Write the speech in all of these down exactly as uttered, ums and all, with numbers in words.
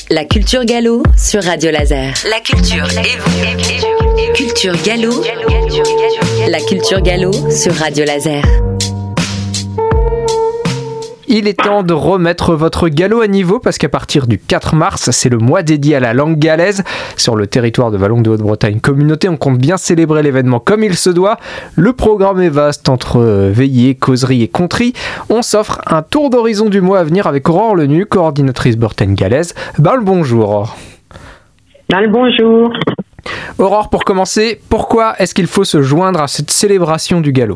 La culture gallo sur Radio Laser. La culture et vous. Culture gallo. La culture gallo sur Radio Laser. Il est temps de remettre votre gallo à niveau parce qu'à partir du quatre mars, c'est le mois dédié à la langue galaise. Sur le territoire de Wallonne de Haute-Bretagne Communauté, on compte bien célébrer l'événement comme il se doit. Le programme est vaste entre veillées, causeries et conteries. On s'offre un tour d'horizon du mois à venir avec Aurore Lenu, coordinatrice Bretagne galaise. Ben le bonjour. Ben le bonjour. Aurore, pour commencer, pourquoi est-ce qu'il faut se joindre à cette célébration du gallo ?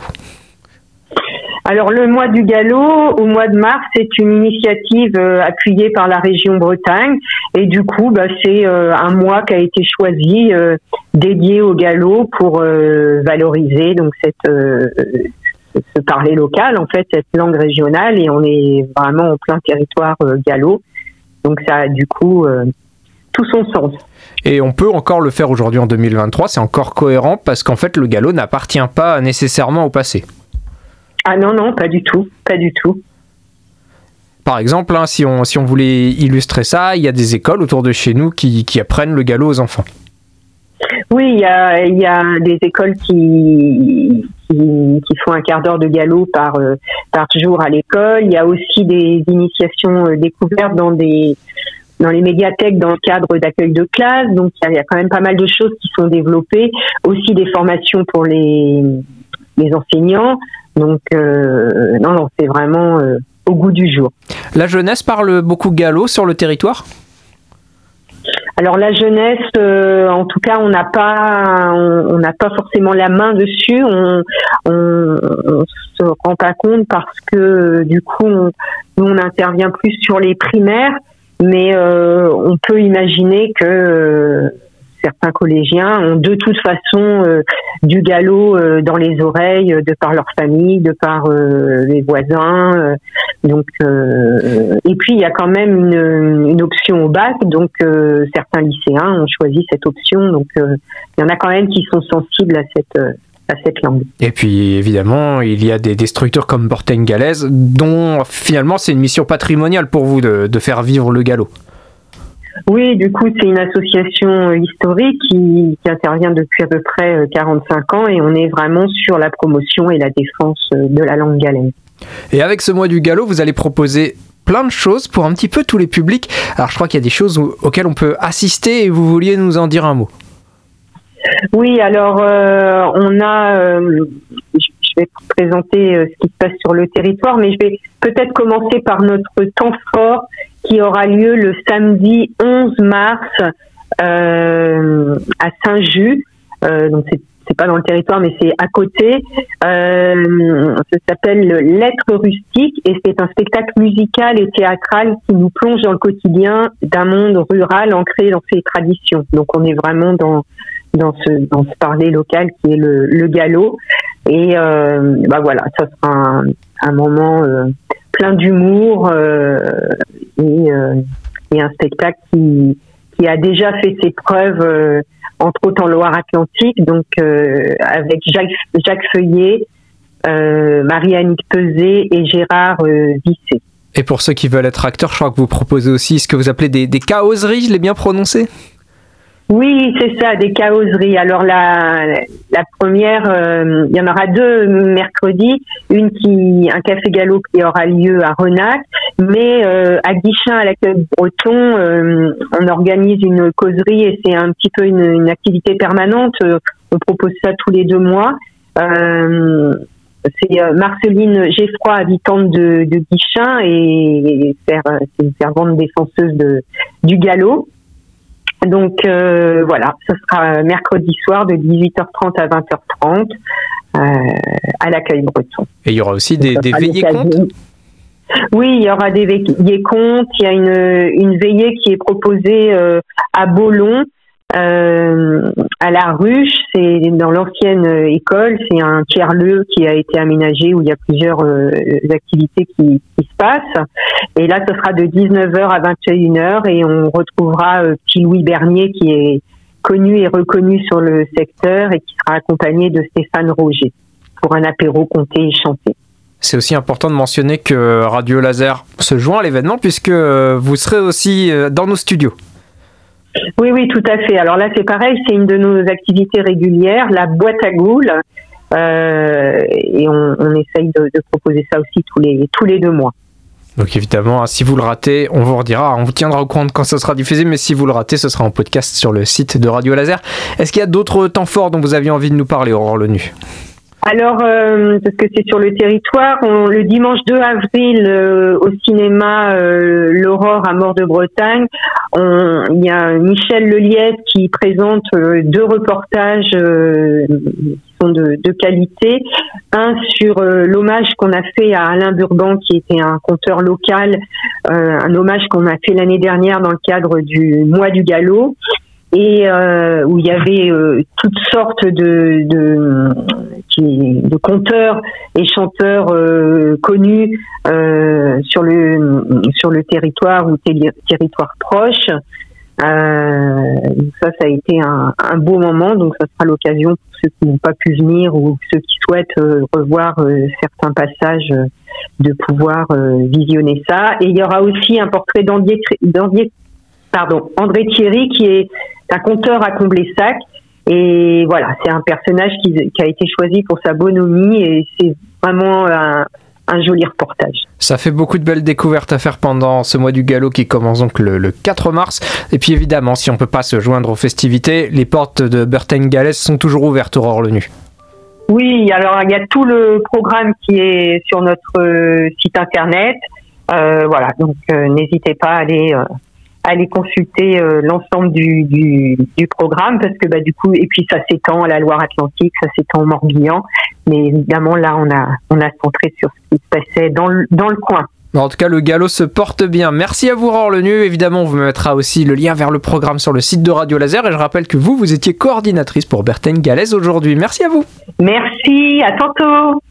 Alors le mois du gallo, au mois de mars, c'est une initiative euh, appuyée par la région Bretagne et du coup, bah, c'est euh, un mois qui a été choisi euh, dédié au gallo pour euh, valoriser donc cette euh, ce parler local, en fait, cette langue régionale, et on est vraiment en plein territoire euh, gallo, donc ça a du coup euh, tout son sens. Et on peut encore le faire aujourd'hui en deux mille vingt-trois, c'est encore cohérent parce qu'en fait le gallo n'appartient pas nécessairement au passé. Ah non, non, pas du tout, pas du tout. Par exemple, hein, si, on, si on voulait illustrer ça, il y a des écoles autour de chez nous qui, qui apprennent le gallo aux enfants. Oui, il y a, il y a des écoles qui, qui, qui font un quart d'heure de gallo par, euh, par jour à l'école. Il y a aussi des initiations euh, découvertes dans des... dans les médiathèques dans le cadre d'accueil de classe. Donc, il y a quand même pas mal de choses qui sont développées. Aussi des formations pour les, les enseignants. Donc, euh, non, non, c'est vraiment euh, au goût du jour. La jeunesse parle beaucoup gallo sur le territoire ? Alors, la jeunesse, euh, en tout cas, on n'a pas, on n'a pas forcément la main dessus. On, on, on se rend pas compte parce que, du coup, on, nous, on intervient plus sur les primaires. Mais euh, on peut imaginer que euh, certains collégiens ont de toute façon euh, du gallo euh, dans les oreilles, de par leur famille, de par euh, les voisins. Euh, donc, euh, et puis il y a quand même une, une option au bac. Donc euh, certains lycéens ont choisi cette option. Donc euh, il y en a quand même qui sont sensibles à cette euh, à cette langue. Et puis évidemment, il y a des, des structures comme Bretagne galaise dont finalement c'est une mission patrimoniale pour vous de, de faire vivre le gallo. Oui, du coup c'est une association historique qui, qui intervient depuis à peu près quarante-cinq ans et on est vraiment sur la promotion et la défense de la langue galaise. Et avec ce mois du gallo, vous allez proposer plein de choses pour un petit peu tous les publics. Alors je crois qu'il y a des choses auxquelles on peut assister et vous vouliez nous en dire un mot. Oui, alors euh, on a, euh, je vais vous présenter euh, ce qui se passe sur le territoire, mais je vais peut-être commencer par notre temps fort qui aura lieu le samedi onze mars euh, à Saint-Just. Euh, donc c'est, c'est pas dans le territoire, mais c'est à côté. Euh, ça s'appelle Lettres rustiques et c'est un spectacle musical et théâtral qui nous plonge dans le quotidien d'un monde rural ancré dans ses traditions. Donc on est vraiment dans dans ce dans ce parler local qui est le, le gallo et euh, bah voilà, ça sera un, un moment euh, plein d'humour euh, et, euh, et un spectacle qui qui a déjà fait ses preuves euh, entre autres en Loire-Atlantique, donc euh, avec Jacques Jacques Feuillet, euh, Marie-Annick Peset et Gérard euh, Visset. Et pour ceux qui veulent être acteurs, je crois que vous proposez aussi ce que vous appelez des des causeries, je l'ai bien prononcé ? Oui, c'est ça, des causeries. Alors la la première, euh, il y en aura deux mercredi, une qui un café gallo qui aura lieu à Renac, mais euh, à Guichin à l'accueil breton, euh, on organise une causerie et c'est un petit peu une, une activité permanente. On propose ça tous les deux mois. Euh, c'est Marceline Geffroy, habitante de, de Guichin et c'est une fervente défenseuse de du gallo. Donc euh, voilà, ce sera mercredi soir de dix-huit heures trente à vingt heures trente euh, à l'accueil breton. Et il y aura aussi des, des veillées contes ? Oui, il y aura des veillées contes. Il y a une, une veillée qui est proposée euh, à Beaulon, euh, à la Ruche. C'est dans l'ancienne école. C'est un tiers-lieu qui a été aménagé où il y a plusieurs euh, activités qui, qui se passent. Et là, ce sera de dix-neuf heures à vingt et une heures et on retrouvera euh, petit Louis Bernier qui est connu et reconnu sur le secteur et qui sera accompagné de Stéphane Roger pour un apéro conté et chanté. C'est aussi important de mentionner que Radio Laser se joint à l'événement puisque vous serez aussi dans nos studios. Oui, oui, tout à fait. Alors là, c'est pareil, c'est une de nos activités régulières, la boîte à goules. Euh, et on, on essaye de, de proposer ça aussi tous les, tous les deux mois. Donc évidemment, si vous le ratez, on vous redira, on vous tiendra au courant quand ça sera diffusé, mais si vous le ratez, ce sera en podcast sur le site de Radio Laser. Est-ce qu'il y a d'autres temps forts dont vous aviez envie de nous parler, Aurore Lenu ? Alors, euh, parce que c'est sur le territoire, on, le dimanche deux avril, euh, au cinéma euh, L'Aurore à Mort-de-Bretagne, on, il y a Michel Lelièvre qui présente euh, deux reportages euh, qui sont de, de qualité. Un sur euh, l'hommage qu'on a fait à Alain Burban, qui était un conteur local, euh, un hommage qu'on a fait l'année dernière dans le cadre du mois du galop. Et euh, où il y avait euh, toutes sortes de de, qui, de conteurs et chanteurs euh, connus euh, sur le sur le territoire ou ter- territoire proche. Euh, ça, ça a été un, un beau moment. Donc, ça sera l'occasion pour ceux qui n'ont pas pu venir ou ceux qui souhaitent euh, revoir euh, certains passages euh, de pouvoir euh, visionner ça. Et il y aura aussi un portrait d'André, d'André, pardon, André Thierry qui est un conteur à Comblaissac, et voilà, c'est un personnage qui, qui a été choisi pour sa bonhomie, et c'est vraiment un, un joli reportage. Ça fait beaucoup de belles découvertes à faire pendant ce mois du galop qui commence donc le, le quatre mars, et puis évidemment, si on peut pas se joindre aux festivités, les portes de Bretagne-Galaise sont toujours ouvertes, Aurore Lenu. Oui, alors il y a tout le programme qui est sur notre site internet, euh, voilà, donc euh, n'hésitez pas à aller... Euh, aller consulter euh, l'ensemble du, du, du programme, parce que bah du coup, et puis ça s'étend à la Loire-Atlantique, ça s'étend au Morbihan, mais évidemment là on a on a centré sur ce qui se passait dans le dans le coin. En tout cas, le galop se porte bien. Merci à vous, Aurore Lenu. Évidemment, on vous mettra aussi le lien vers le programme sur le site de Radio Laser, et je rappelle que vous, vous étiez coordinatrice pour Bretagne-Galaise aujourd'hui. Merci à vous. Merci, à tantôt.